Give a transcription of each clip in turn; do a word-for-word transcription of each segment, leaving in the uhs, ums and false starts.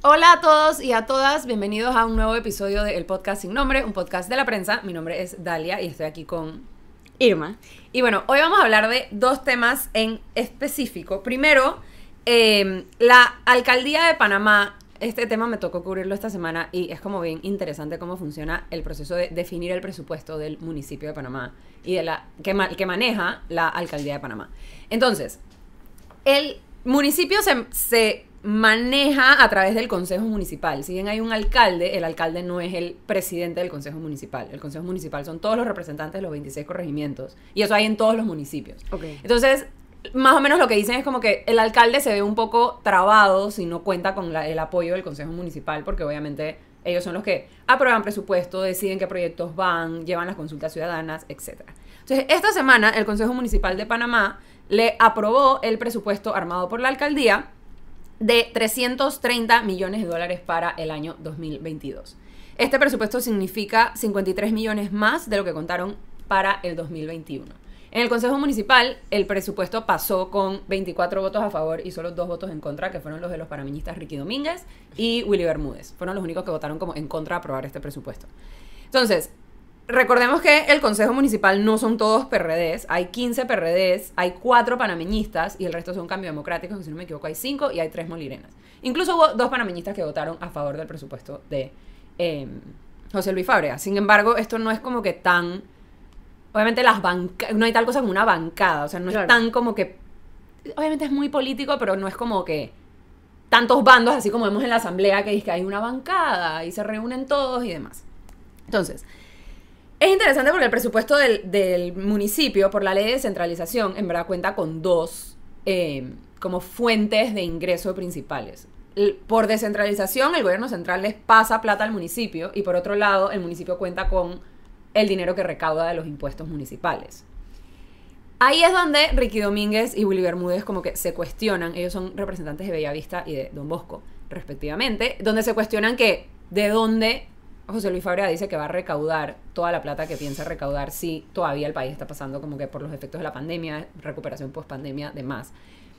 Hola a todos y a todas, bienvenidos a un nuevo episodio del podcast Sin Nombre, un podcast de la prensa. Mi nombre es Dalia y estoy aquí con Irma. Y bueno, hoy vamos a hablar de dos temas en específico. Primero, eh, la alcaldía de Panamá. Este tema me tocó cubrirlo esta semana y es como bien interesante cómo funciona el proceso de definir el presupuesto del municipio de Panamá y de la que, ma- que maneja la alcaldía de Panamá. Entonces, el municipio se, se maneja a través del consejo municipal. Si bien hay un alcalde, el alcalde no es el presidente del consejo municipal. El consejo municipal son todos los representantes de los veintiséis corregimientos y eso hay en todos los municipios. Okay. Entonces, más o menos lo que dicen es como que el alcalde se ve un poco trabado si no cuenta con la, el apoyo del consejo municipal, porque obviamente ellos son los que aprueban presupuesto, deciden qué proyectos van, llevan las consultas ciudadanas, etcétera. Entonces, esta semana el Consejo Municipal de Panamá le aprobó el presupuesto armado por la alcaldía de trescientos treinta millones de dólares para el año dos mil veintidós. Este presupuesto significa cincuenta y tres millones más de lo que contaron para el dos mil veintiuno. En el Consejo Municipal, el presupuesto pasó con veinticuatro votos a favor y solo dos votos en contra, que fueron los de los panameñistas Ricky Domínguez y Willy Bermúdez. Fueron los únicos que votaron como en contra de aprobar este presupuesto. Entonces, recordemos que el Consejo Municipal no son todos P R Ds, hay quince P R Ds, hay cuatro panameñistas y el resto son Cambio Democrático, que si no me equivoco hay cinco y hay tres molirenas. Incluso hubo dos panameñistas que votaron a favor del presupuesto de eh, José Luis Fábrega. Sin embargo, esto no es como que tan... Obviamente las bancadas, no hay tal cosa como una bancada, o sea, no claro. es tan como que... Obviamente es muy político, pero no es como que tantos bandos, así como vemos en la asamblea, que dice que hay una bancada y se reúnen todos y demás. Entonces... Es interesante porque el presupuesto del, del municipio, por la ley de descentralización, en verdad cuenta con dos eh, como fuentes de ingreso principales. El, por descentralización, el gobierno central les pasa plata al municipio y por otro lado, el municipio cuenta con el dinero que recauda de los impuestos municipales. Ahí es donde Ricky Domínguez y Willy Bermúdez como que se cuestionan, ellos son representantes de Bellavista y de Don Bosco, respectivamente, donde se cuestionan que de dónde... José Luis Fábrega dice que va a recaudar toda la plata que piensa recaudar si todavía el país está pasando como que por los efectos de la pandemia, recuperación post-pandemia, demás.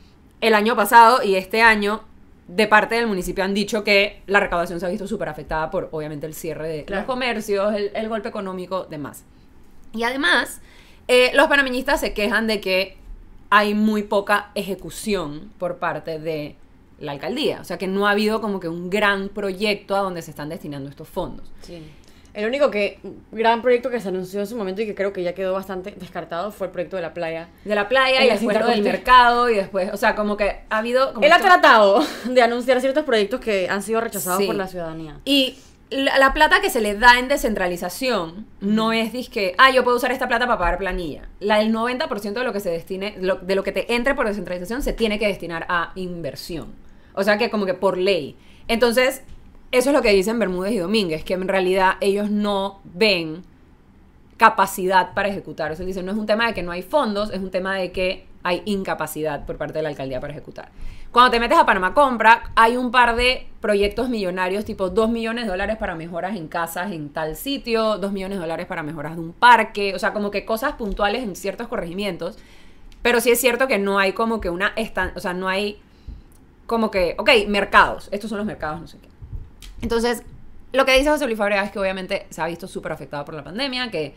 El año pasado y este año, de parte del municipio han dicho que la recaudación se ha visto súper afectada por, obviamente, el cierre de claro. los comercios, el, el golpe económico, demás. Y además, eh, los panameñistas se quejan de que hay muy poca ejecución por parte de la alcaldía, o sea que no ha habido como que un gran proyecto a donde se están destinando estos fondos. Sí. El único que gran proyecto que se anunció en su momento y que creo que ya quedó bastante descartado fue el proyecto de la playa. De la playa y después lo del mercado y después, o sea, como que ha habido... Como Él esto... ha tratado de anunciar ciertos proyectos que han sido rechazados sí. por la ciudadanía. Y la, la plata que se le da en descentralización no mm. es disque, ah, yo puedo usar esta plata para pagar planilla. La, el noventa por ciento de lo que se destine, lo, de lo que te entre por descentralización se tiene que destinar a inversión. O sea que como que por ley. Entonces, eso es lo que dicen Bermúdez y Domínguez, que en realidad ellos no ven capacidad para ejecutar. O sea, dicen, no es un tema de que no hay fondos, es un tema de que hay incapacidad por parte de la alcaldía para ejecutar. Cuando te metes a Panamá Compra, hay un par de proyectos millonarios, tipo dos millones de dólares para mejoras en casas en tal sitio, dos millones de dólares para mejoras de un parque, o sea, como que cosas puntuales en ciertos corregimientos. Pero sí es cierto que no hay como que una... Estan- o sea, no hay... como que, ok, mercados, estos son los mercados, no sé qué. Entonces, lo que dice José Luis Fábrega es que obviamente se ha visto súper afectado por la pandemia, que,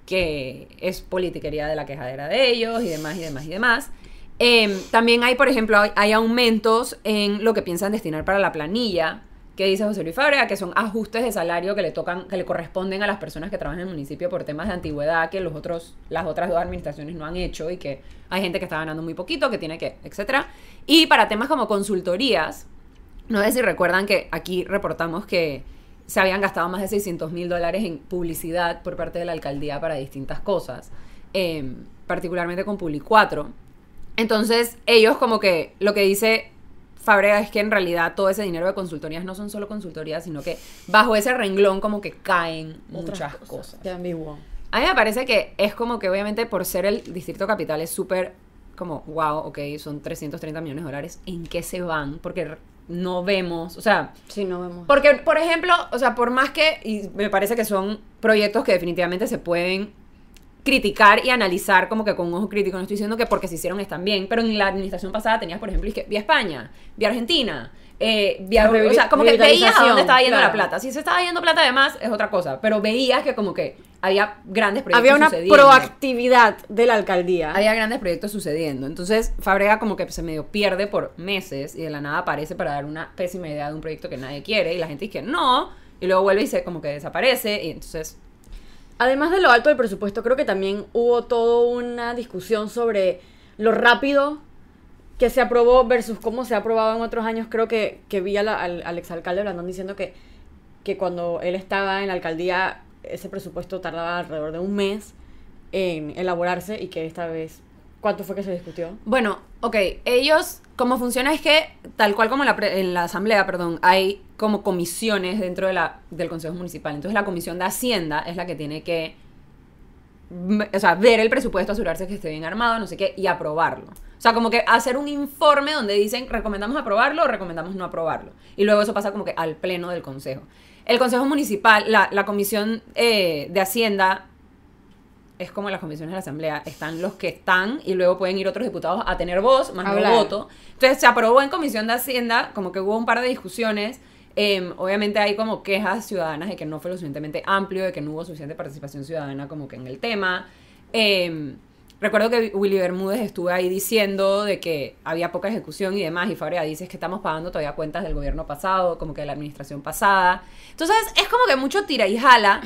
que es politiquería de la quejadera de ellos y demás y demás y demás. Eh, también hay, por ejemplo, hay, hay aumentos en lo que piensan destinar para la planilla, que dice José Luis Fábrega, que son ajustes de salario que le tocan, que le corresponden a las personas que trabajan en el municipio por temas de antigüedad que los otros, las otras dos administraciones no han hecho y que hay gente que está ganando muy poquito, que tiene que, etcétera. Y para temas como consultorías, no sé si recuerdan que aquí reportamos que se habían gastado más de seiscientos mil dólares en publicidad por parte de la alcaldía para distintas cosas, eh, particularmente con Publi cuatro. Entonces, ellos como que lo que dice Fábrega es que en realidad todo ese dinero de consultorías no son solo consultorías, sino que bajo ese renglón como que caen otras muchas cosas. cosas. Qué ambiguo. A mí me parece que es como que obviamente por ser el Distrito Capital es súper como, wow, ok, son trescientos treinta millones de dólares, ¿en qué se van? Porque no vemos, o sea... Sí, no vemos. Porque, por ejemplo, o sea, por más que, y me parece que son proyectos que definitivamente se pueden criticar y analizar como que con un ojo crítico. No estoy diciendo que porque se hicieron están bien, pero en la administración pasada tenías, por ejemplo, es que vi a España, vi a Argentina, eh, vi a, o sea, como que veías a dónde estaba yendo claro. la plata. Si se estaba yendo plata además es otra cosa, pero veías que como que había grandes proyectos había una sucediendo. Proactividad de la alcaldía. Había grandes proyectos sucediendo. Entonces Fábrega como que se medio pierde por meses y de la nada aparece para dar una pésima idea de un proyecto que nadie quiere y la gente dice que no, y luego vuelve y se como que desaparece y entonces... Además de lo alto del presupuesto, creo que también hubo toda una discusión sobre lo rápido que se aprobó versus cómo se ha aprobado en otros años. Creo que, que vi a la, al, al exalcalde Blandón diciendo que, que cuando él estaba en la alcaldía ese presupuesto tardaba alrededor de un mes en elaborarse y que esta vez... ¿Cuánto fue que se discutió? Bueno, ok, ellos, cómo funciona es que, tal cual como la pre- en la asamblea, perdón, hay como comisiones dentro de la, del Consejo Municipal. Entonces la Comisión de Hacienda es la que tiene que, o sea, ver el presupuesto, asegurarse que esté bien armado, no sé qué, y aprobarlo. O sea, como que hacer un informe donde dicen, recomendamos aprobarlo o recomendamos no aprobarlo. Y luego eso pasa como que al pleno del Consejo. El Consejo Municipal, la, la Comisión eh, de Hacienda... es como las comisiones de la asamblea, están los que están y luego pueden ir otros diputados a tener voz, más no voto. Entonces se aprobó en comisión de Hacienda, como que hubo un par de discusiones, eh, obviamente hay como quejas ciudadanas de que no fue lo suficientemente amplio, de que no hubo suficiente participación ciudadana como que en el tema. Eh, recuerdo que Willy Bermúdez estuvo ahí diciendo de que había poca ejecución y demás, y Fábrega dice que estamos pagando todavía cuentas del gobierno pasado, como que de la administración pasada. Entonces es como que mucho tira y jala.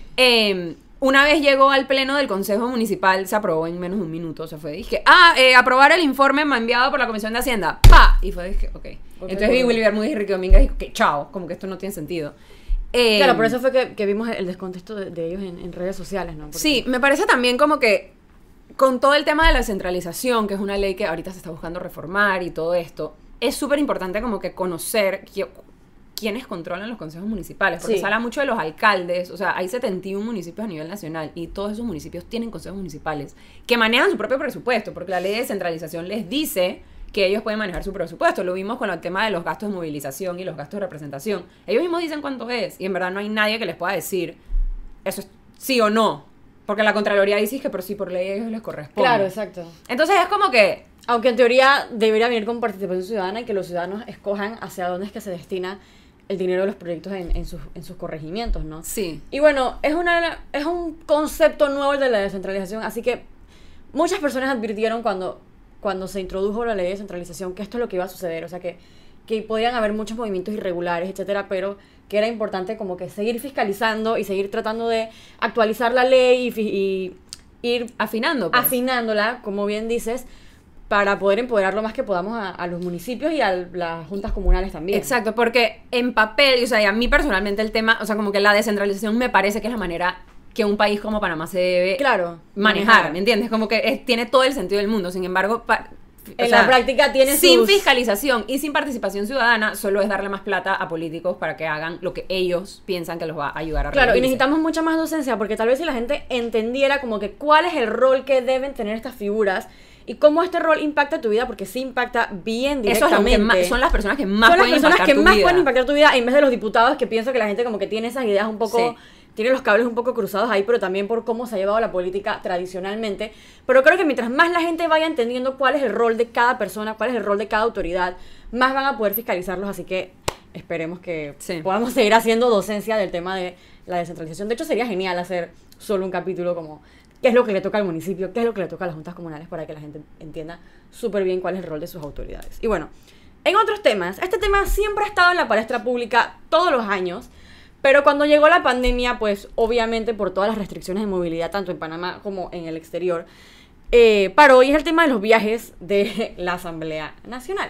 Eh, Una vez llegó al pleno del Consejo Municipal, se aprobó en menos de un minuto, se fue, dije, ah, eh, aprobar el informe enviado por la Comisión de Hacienda, ¡pa! Y fue, dije, ok. okay Entonces vi Willy Bermúdez y Ricky Domínguez y dijo, que chao, como que esto no tiene sentido. Eh, claro, por eso fue que, que vimos el descontexto de, de ellos en, en redes sociales, ¿no? Porque... Sí, me parece también como que con todo el tema de la centralización, que es una ley que ahorita se está buscando reformar y todo esto, es súper importante como que conocer... que, quiénes controlan los consejos municipales, porque sí. se habla mucho de los alcaldes, o sea, hay setenta y uno municipios a nivel nacional y todos esos municipios tienen consejos municipales que manejan su propio presupuesto, porque la ley de descentralización les dice que ellos pueden manejar su presupuesto. Lo vimos con el tema de los gastos de movilización y los gastos de representación. Ellos mismos dicen cuánto es y en verdad no hay nadie que les pueda decir eso es sí o no, porque la Contraloría dice que por sí por ley a ellos les corresponde. Claro, exacto. Entonces es como que... Aunque en teoría debería venir con participación ciudadana y que los ciudadanos escojan hacia dónde es que se destina el dinero de los proyectos en, en, sus, en sus corregimientos, ¿no? Sí. Y bueno, es, una, es un concepto nuevo el de la descentralización, así que muchas personas advirtieron cuando, cuando se introdujo la ley de descentralización que esto es lo que iba a suceder, o sea, que, que podían haber muchos movimientos irregulares, etcétera, pero que era importante como que seguir fiscalizando y seguir tratando de actualizar la ley y, y ir afinando, pues. afinándola, como bien dices, para poder empoderar lo más que podamos a, a los municipios y a las juntas comunales también. Exacto, porque en papel, o sea, y a mí personalmente el tema, o sea, como que la descentralización me parece que es la manera que un país como Panamá se debe claro, manejar, manejar, ¿me entiendes? Como que es, tiene todo el sentido del mundo, sin embargo... Pa, en sea, la práctica tiene sin sus... fiscalización y sin participación ciudadana, solo es darle más plata a políticos para que hagan lo que ellos piensan que los va a ayudar a Claro, reducirse. Y necesitamos mucha más docencia, porque tal vez si la gente entendiera como que cuál es el rol que deben tener estas figuras y cómo este rol impacta tu vida, porque sí impacta bien directamente. Eso es lo que más, son las personas que más son pueden las personas impactar que tu más vida. pueden impactar tu vida, en vez de los diputados, que pienso que la gente como que tiene esas ideas un poco... Sí. Tiene los cables un poco cruzados ahí, pero también por cómo se ha llevado la política tradicionalmente. Pero creo que mientras más la gente vaya entendiendo cuál es el rol de cada persona, cuál es el rol de cada autoridad, más van a poder fiscalizarlos. Así que esperemos que sí. podamos seguir haciendo docencia del tema de la descentralización. De hecho, sería genial hacer solo un capítulo como qué es lo que le toca al municipio, qué es lo que le toca a las juntas comunales, para que la gente entienda súper bien cuál es el rol de sus autoridades. Y bueno, en otros temas, este tema siempre ha estado en la palestra pública todos los años. Pero cuando llegó la pandemia, pues obviamente por todas las restricciones de movilidad, tanto en Panamá como en el exterior, eh, paró, y es el tema de los viajes de la Asamblea Nacional.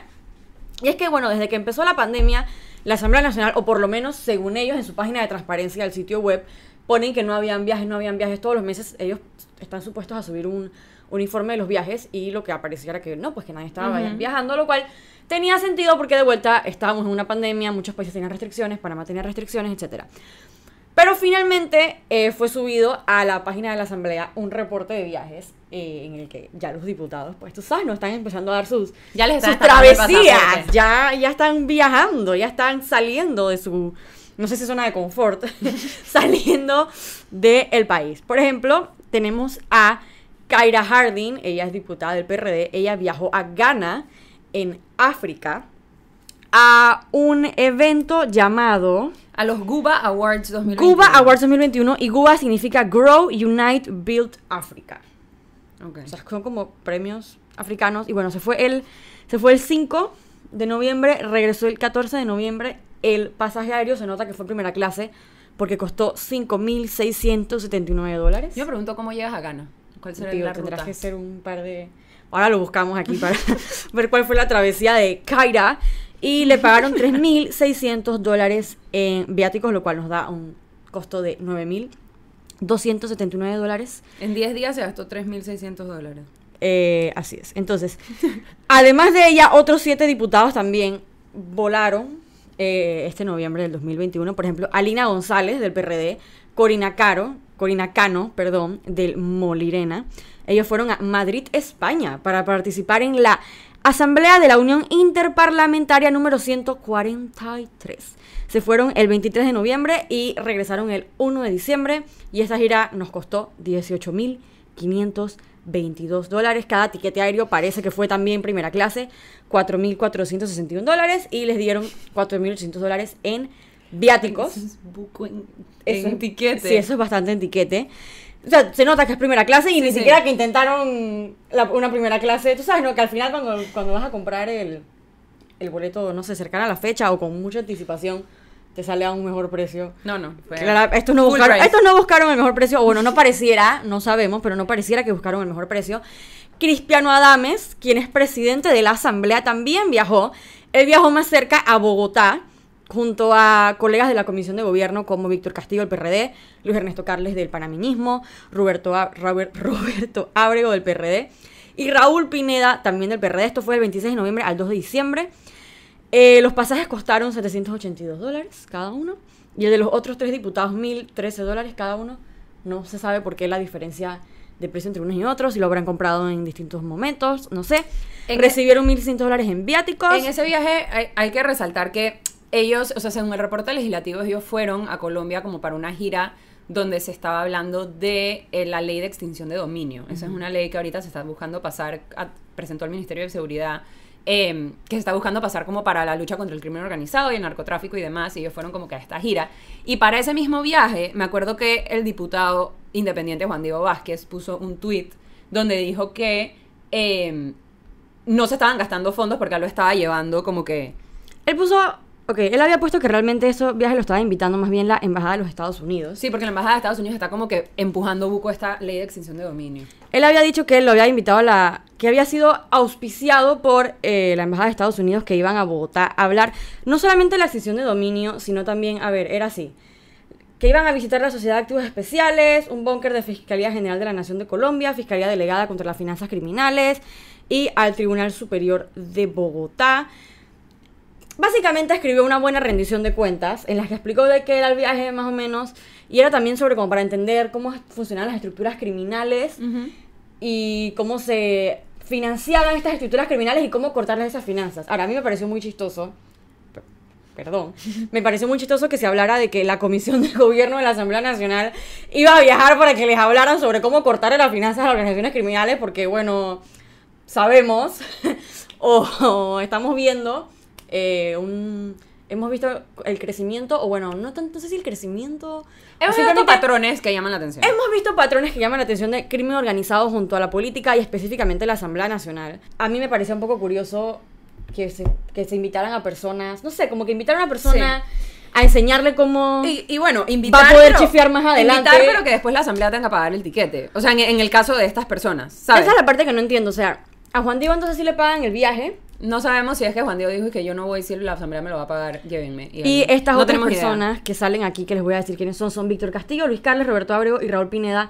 Y es que, bueno, desde que empezó la pandemia, la Asamblea Nacional, o por lo menos según ellos en su página de transparencia del sitio web, ponen que no habían viajes, no habían viajes. Todos los meses ellos están supuestos a subir un, un informe de los viajes, y lo que aparecía era que no, pues que nadie estaba uh-huh. viajando, lo cual... tenía sentido porque de vuelta estábamos en una pandemia, muchos países tenían restricciones, Panamá tenía restricciones, etcétera. Pero finalmente eh, fue subido a la página de la Asamblea un reporte de viajes eh, en el que ya los diputados, pues tú sabes, no están empezando a dar sus, ya les sus travesías, ya, ya están viajando, ya están saliendo de su, no sé si zona de confort, saliendo del país. Por ejemplo, tenemos a Kyra Harding, ella es diputada del P R D, ella viajó a Ghana, en África, a un evento llamado... A los Guba Awards dos mil veintiuno. Guba Awards dos mil veintiuno, y Guba significa Grow, Unite, Build Africa. Okay. O sea, son como premios africanos. Y bueno, se fue el, se fue el cinco de noviembre, regresó el catorce de noviembre. El pasaje aéreo se nota que fue primera clase porque costó cinco mil seiscientos setenta y nueve dólares. Yo me pregunto cómo llegas a Ghana. ¿Cuál será Tío, la tendrás ruta? que ser un par de... Ahora lo buscamos aquí para ver cuál fue la travesía de Kyra. Y le pagaron tres mil seiscientos dólares en viáticos, lo cual nos da un costo de nueve mil doscientos setenta y nueve dólares. En diez días se gastó tres mil seiscientos dólares. Eh, así es. Entonces, además de ella, otros siete diputados también volaron eh, este noviembre del dos mil veintiuno. Por ejemplo, Alina González, del P R D, Corina Caro, Corina Cano, perdón, del Molirena. Ellos fueron a Madrid, España, para participar en la Asamblea de la Unión Interparlamentaria número ciento cuarenta y tres. Se fueron el veintitrés de noviembre y regresaron el uno de diciembre. Y esta gira nos costó dieciocho mil quinientos veintidós dólares. Cada tiquete aéreo parece que fue también primera clase, cuatro mil cuatrocientos sesenta y uno dólares. Y les dieron cuatro mil ochocientos dólares en viáticos. Eso es buco en, Eso- en tiquete. Sí, eso es bastante en tiquete. O sea, se nota que es primera clase y Sí, ni sí. siquiera que intentaron la- una primera clase. Tú sabes, ¿no? Que al final cuando, cuando vas a comprar el, el boleto, no sé, cercana a la fecha o con mucha anticipación, te sale a un mejor precio. No, no. Fue Claro, estos no, full buscaron, price. estos no buscaron el mejor precio, o bueno, no pareciera, no sabemos, pero no pareciera que buscaron el mejor precio. Cristiano Adames, quien es presidente de la Asamblea, también viajó. Él viajó más cerca a Bogotá, junto a colegas de la Comisión de Gobierno como Víctor Castillo del P R D, Luis Ernesto Carles del Panameñismo, Roberto, A- Robert- Roberto Ábrego del P R D y Raúl Pineda también del P R D. Esto fue del veintiséis de noviembre al dos de diciembre. Eh, los pasajes costaron setecientos ochenta y dos dólares cada uno, y el de los otros tres diputados mil trece dólares cada uno. No se sabe por qué la diferencia de precio entre unos y otros, si lo habrán comprado en distintos momentos, no sé. En Recibieron mil seiscientos dólares en viáticos. En ese viaje hay, hay que resaltar que ellos, o sea, según el reporte legislativo, ellos fueron a Colombia como para una gira donde se estaba hablando de eh, la ley de extinción de dominio. Uh-huh. Esa es una ley que ahorita se está buscando pasar, a, presentó el Ministerio de Seguridad, eh, que se está buscando pasar como para la lucha contra el crimen organizado y el narcotráfico y demás, y ellos fueron como que a esta gira. Y para ese mismo viaje, me acuerdo que el diputado independiente Juan Diego Vázquez puso un tuit donde dijo que eh, no se estaban gastando fondos porque él lo estaba llevando como que... Él puso... Ok, él había puesto que realmente esos viajes lo estaba invitando más bien la Embajada de los Estados Unidos. Sí, porque la Embajada de Estados Unidos está como que empujando buco esta ley de extinción de dominio. Él había dicho que él lo había invitado a la... que había sido auspiciado por eh, la Embajada de Estados Unidos, que iban a Bogotá a hablar no solamente de la extinción de dominio, sino también, a ver, era así, que iban a visitar la Sociedad de Activos Especiales, un búnker de Fiscalía General de la Nación de Colombia, Fiscalía Delegada contra las Finanzas Criminales y al Tribunal Superior de Bogotá. Básicamente escribió una buena rendición de cuentas en las que explicó de qué era el viaje más o menos, y era también sobre como para entender cómo funcionaban las estructuras criminales Uh-huh. y cómo se financiaban estas estructuras criminales y cómo cortarles esas finanzas. Ahora, a mí me pareció muy chistoso, per- perdón, me pareció muy chistoso que se hablara de que la Comisión de Gobierno de la Asamblea Nacional iba a viajar para que les hablaran sobre cómo cortarle las finanzas a las organizaciones criminales, porque, bueno, sabemos o, o estamos viendo... Eh, un, hemos visto el crecimiento, o bueno, no tanto, no sé si el crecimiento... Hemos o visto simplemente patrones que llaman la atención. Hemos visto patrones que llaman la atención de crimen organizado junto a la política y específicamente la Asamblea Nacional. A mí me parecía un poco curioso que se, que se invitaran a personas, no sé, como que invitaran a una persona a enseñarle cómo Y, y bueno, invitar... va a poder pero- chifiar más adelante. Invitar, pero que después la asamblea tenga que pagar el tiquete. O sea, en, en el caso de estas personas, ¿sabes? Esa es la parte que no entiendo, o sea, a Juan Diego entonces sí le pagan el viaje. No sabemos si es que Juan Diego dijo que yo no voy, si la asamblea me lo va a pagar, llévenme. Y ahí- estas no otras tenemos idea. personas que salen aquí, que les voy a decir quiénes son, son Víctor Castillo, Luis Carles, Roberto Ábrego y Raúl Pineda.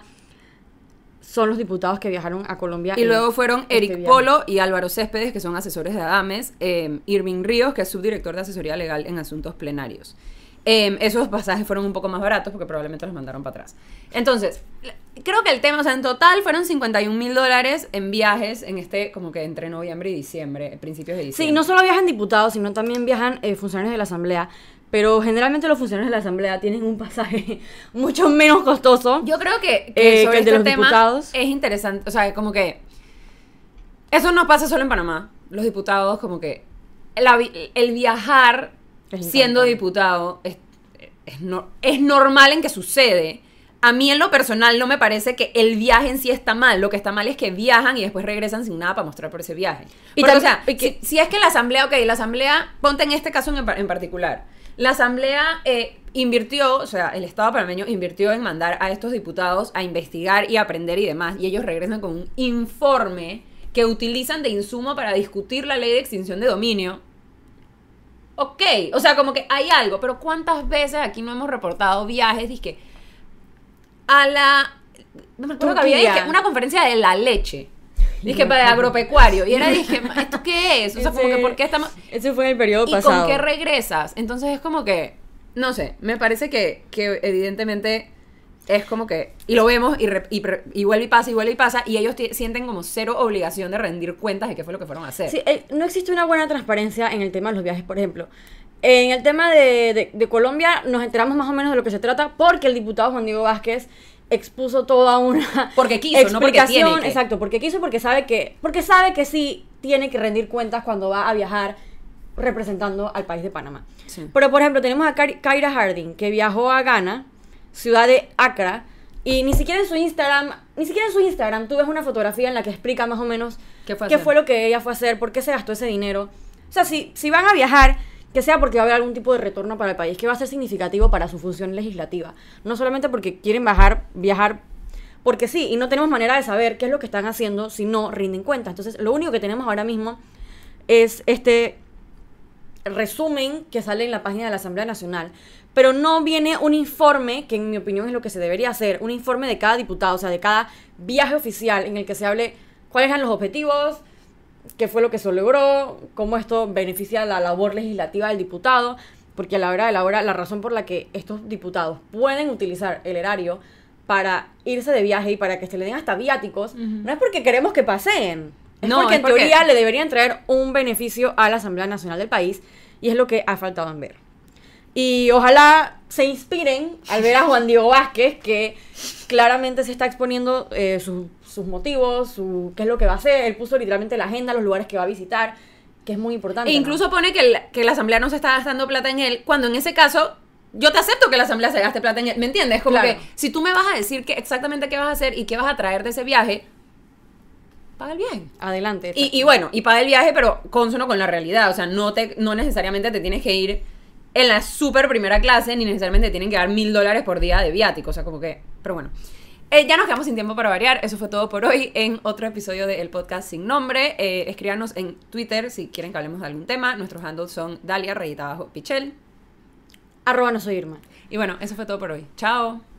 Son los diputados que viajaron a Colombia. Y en luego fueron este Eric viaje. Polo y Álvaro Céspedes, que son asesores de Adames, eh, Irving Ríos, que es subdirector de asesoría legal en asuntos plenarios. Eh, esos pasajes fueron un poco más baratos porque probablemente los mandaron para atrás. Entonces, creo que el tema, o sea, en total fueron cincuenta y un mil dólares en viajes en este, como que entre noviembre y diciembre, principios de diciembre. Sí, no solo viajan diputados, sino también viajan eh, funcionarios de la Asamblea. pero generalmente los funcionarios de la Asamblea tienen un pasaje mucho menos costoso. Yo creo que, que Eh, sobre que el de este los tema diputados. es interesante, o sea, como que eso no pasa solo en Panamá. Los diputados, como que la vi- el viajar Es siendo encantador. diputado es, es, no- es normal en que sucede. A mí en lo personal no me parece que el viaje en sí está mal. Lo que está mal es que viajan y después regresan sin nada para mostrar por ese viaje. Y Porque, tam- o sea, y que- si, si es que la asamblea, ok, la asamblea, ponte en este caso en, par- en particular, la asamblea eh, invirtió, o sea, el Estado panameño invirtió en mandar a estos diputados a investigar y aprender y demás, y ellos regresan con un informe que utilizan de insumo para discutir la ley de extinción de dominio. Ok, o sea, como que hay algo, pero ¿cuántas veces aquí no hemos reportado viajes? Dizque a la... No me acuerdo que había Turquía. dizque, una conferencia de la leche. Dije, para agropecuario. Y era, dije, ¿esto qué es? O sea, como que, ¿por qué estamos...? Ese fue en el periodo ¿Y pasado. con qué regresas? Entonces es como que, no sé, me parece que, que evidentemente es como que, y lo vemos y, re- y, pre- y vuelve y pasa y vuelve y pasa, y ellos ti- sienten como cero obligación de rendir cuentas de qué fue lo que fueron a hacer. Sí, eh, no existe una buena transparencia en el tema de los viajes, por ejemplo. En el tema de, de- de Colombia nos enteramos más o menos de lo que se trata porque el diputado Juan Diego Vázquez expuso toda una Porque quiso, no porque explicación, tiene que. exacto, porque quiso, porque sabe que, porque sabe que sí tiene que rendir cuentas cuando va a viajar representando al país de Panamá. Sí. Pero por ejemplo tenemos a Kari- Kyra Harding, que viajó a Ghana, ciudad de Accra, y ni siquiera en su Instagram, ni siquiera en su Instagram tú ves una fotografía en la que explica más o menos ¿Qué fue a qué hacer? fue lo que ella fue a hacer, por qué se gastó ese dinero. O sea, si, si van a viajar, que sea porque va a haber algún tipo de retorno para el país que va a ser significativo para su función legislativa. No solamente porque quieren bajar, viajar porque sí, y no tenemos manera de saber qué es lo que están haciendo si no rinden cuentas. Entonces, lo único que tenemos ahora mismo es este resumen que sale en la página de la Asamblea Nacional, pero no viene un informe, que en mi opinión es lo que se debería hacer, un informe de cada diputado, o sea, de cada viaje oficial en el que se hable cuáles eran los objetivos, qué fue lo que se logró, cómo esto beneficia la labor legislativa del diputado, porque a la hora de la hora, la razón por la que estos diputados pueden utilizar el erario para irse de viaje y para que se le den hasta viáticos, no es porque queremos que paseen, es No, porque es en porque- teoría le deberían traer un beneficio a la Asamblea Nacional del país, y es lo que ha faltado en ver. Y ojalá se inspiren al ver a Juan Diego Vázquez, que claramente se está exponiendo eh, sus, sus motivos, su, qué es lo que va a hacer. Él puso literalmente la agenda, los lugares que va a visitar, que es muy importante. E ¿no? incluso pone que, el- que la asamblea no se está gastando plata en él, cuando en ese caso yo te acepto que la asamblea se gaste plata en él, ¿me entiendes? Como Claro. que si tú me vas a decir que exactamente qué vas a hacer y qué vas a traer de ese viaje, paga el viaje. Adelante. Y, y bueno, y paga el viaje, pero consono con la realidad. O sea, no, te, no necesariamente te tienes que ir en la super primera clase, ni necesariamente te tienen que dar mil dólares por día de viático. O sea, como que... Pero bueno. Eh, ya nos quedamos sin tiempo para variar. Eso fue todo por hoy en otro episodio del podcast Sin Nombre. Eh, escríbanos en Twitter si quieren que hablemos de algún tema. Nuestros handles son Dalia, rayita abajo, Pichel. Arroba no soy Irma. Y bueno, eso fue todo por hoy. Chao.